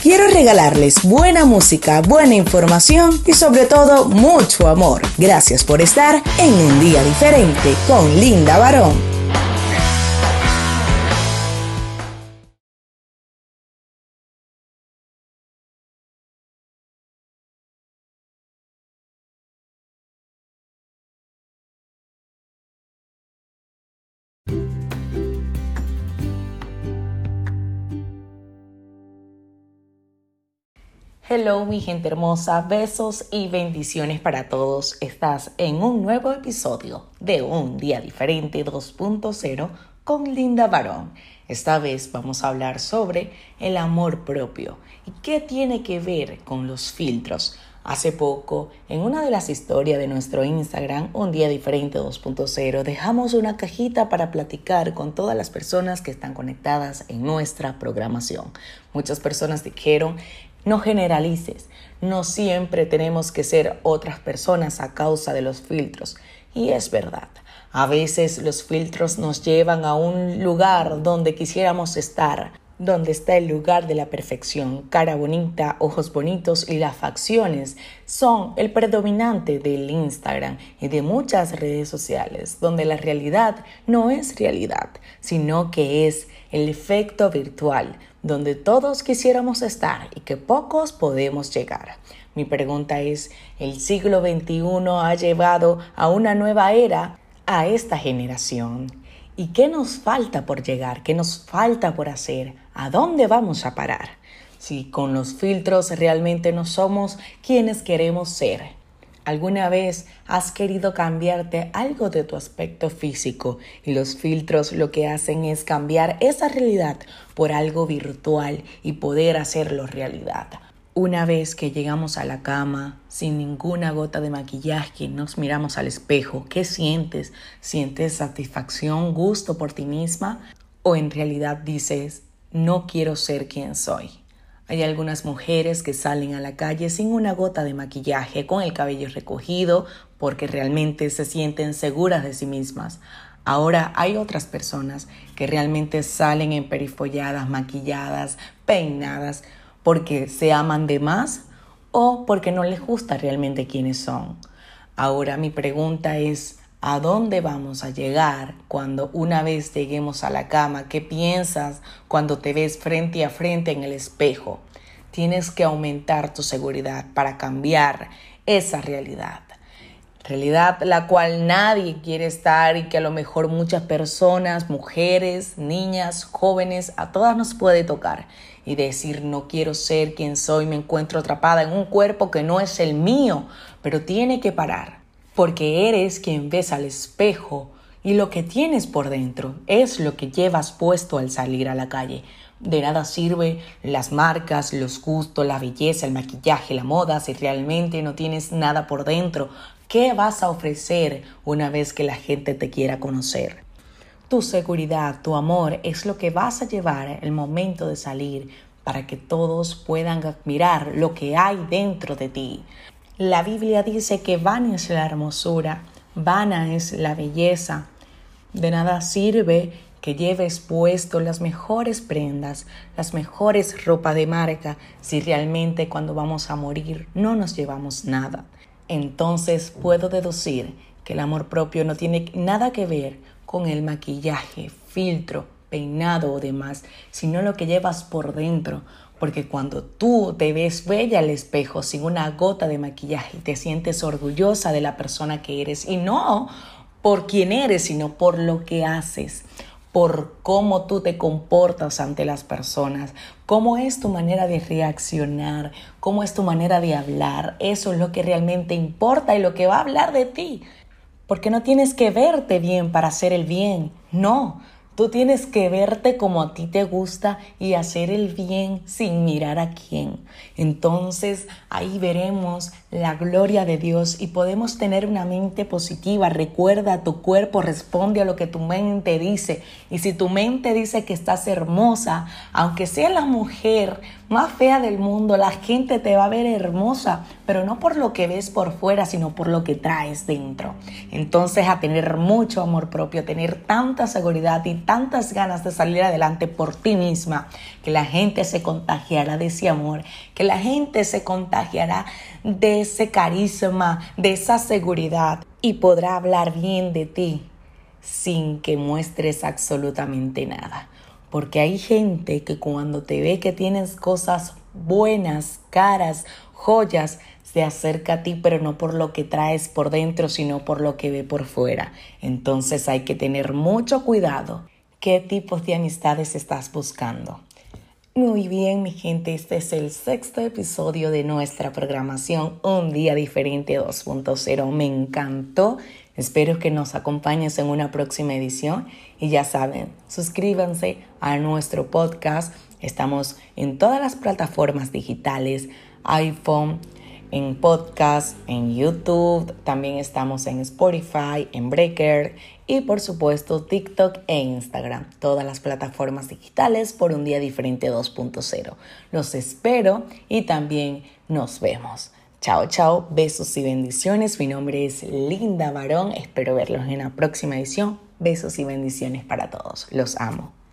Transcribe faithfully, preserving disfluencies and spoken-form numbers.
quiero regalarles buena música, buena información y sobre todo mucho amor. Gracias por estar en Un Día Diferente con Linda Barón. Hello mi gente hermosa, besos y bendiciones para todos. Estás en un nuevo episodio de Un Día Diferente dos punto cero con Linda Barón. Esta vez vamos a hablar sobre el amor propio y qué tiene que ver con los filtros. Hace poco, en una de las historias de nuestro Instagram, Un Día Diferente dos punto cero, dejamos una cajita para platicar con todas las personas que están conectadas en nuestra programación. Muchas personas dijeron: no generalices, no siempre tenemos que ser otras personas a causa de los filtros. Y es verdad, a veces los filtros nos llevan a un lugar donde quisiéramos estar, donde está el lugar de la perfección. Cara bonita, ojos bonitos y las facciones son el predominante del Instagram y de muchas redes sociales, donde la realidad no es realidad, sino que es el efecto virtual, donde todos quisiéramos estar y que pocos podemos llegar. Mi pregunta es, ¿el siglo veintiuno ha llevado a una nueva era a esta generación? ¿Y qué nos falta por llegar? ¿Qué nos falta por hacer? ¿A dónde vamos a parar? Si con los filtros realmente no somos quienes queremos ser. ¿Alguna vez has querido cambiarte algo de tu aspecto físico y los filtros lo que hacen es cambiar esa realidad por algo virtual y poder hacerlo realidad? Una vez que llegamos a la cama sin ninguna gota de maquillaje, nos miramos al espejo, ¿qué sientes? ¿Sientes satisfacción, gusto por ti misma? ¿O en realidad dices, no quiero ser quien soy? Hay algunas mujeres que salen a la calle sin una gota de maquillaje, con el cabello recogido, porque realmente se sienten seguras de sí mismas. Ahora hay otras personas que realmente salen emperifolladas, maquilladas, peinadas, porque se aman de más o porque no les gusta realmente quiénes son. Ahora mi pregunta es, ¿a dónde vamos a llegar cuando una vez lleguemos a la cama? ¿Qué piensas cuando te ves frente a frente en el espejo? Tienes que aumentar tu seguridad para cambiar esa realidad. Realidad la cual nadie quiere estar y que a lo mejor muchas personas, mujeres, niñas, jóvenes, a todas nos puede tocar. Y decir, no quiero ser quien soy, me encuentro atrapada en un cuerpo que no es el mío, pero tiene que parar. Porque eres quien ves al espejo y lo que tienes por dentro es lo que llevas puesto al salir a la calle. De nada sirve las marcas, los gustos, la belleza, el maquillaje, la moda si realmente no tienes nada por dentro. ¿Qué vas a ofrecer una vez que la gente te quiera conocer? Tu seguridad, tu amor es lo que vas a llevar el momento de salir para que todos puedan admirar lo que hay dentro de ti. La Biblia dice que vana es la hermosura, vana es la belleza. De nada sirve que lleves puesto las mejores prendas, las mejores ropas de marca, si realmente cuando vamos a morir no nos llevamos nada. Entonces puedo deducir que el amor propio no tiene nada que ver con el maquillaje, filtro, peinado o demás, sino lo que llevas por dentro. Porque cuando tú te ves bella al espejo sin una gota de maquillaje, te sientes orgullosa de la persona que eres. Y no por quién eres, sino por lo que haces, por cómo tú te comportas ante las personas, cómo es tu manera de reaccionar, cómo es tu manera de hablar. Eso es lo que realmente importa y lo que va a hablar de ti. Porque no tienes que verte bien para hacer el bien, no. Tú tienes que verte como a ti te gusta y hacer el bien sin mirar a quién. Entonces ahí veremos la gloria de Dios y podemos tener una mente positiva. Recuerda, tu cuerpo responde a lo que tu mente dice. Y si tu mente dice que estás hermosa, aunque sea la mujer más fea del mundo. La gente te va a ver hermosa, pero no por lo que ves por fuera, sino por lo que traes dentro. Entonces, a tener mucho amor propio, tener tanta seguridad y tantas ganas de salir adelante por ti misma, que la gente se contagiará de ese amor, que la gente se contagiará de ese carisma, de esa seguridad y podrá hablar bien de ti sin que muestres absolutamente nada. Porque hay gente que cuando te ve que tienes cosas buenas, caras, joyas, se acerca a ti, pero no por lo que traes por dentro, sino por lo que ve por fuera. Entonces hay que tener mucho cuidado. ¿Qué tipos de amistades estás buscando? Muy bien, mi gente, este es el sexto episodio de nuestra programación Un Día Diferente dos punto cero. Me encantó. Espero que nos acompañes en una próxima edición. Y ya saben, suscríbanse a nuestro podcast. Estamos en todas las plataformas digitales, iPhone, en podcast, en YouTube. También estamos en Spotify, en Breaker y por supuesto TikTok e Instagram. Todas las plataformas digitales por Un Día Diferente dos punto cero. Los espero y también nos vemos. Chao, chao, besos y bendiciones. Mi nombre es Linda Barón. Espero verlos en la próxima edición. Besos y bendiciones para todos. Los amo.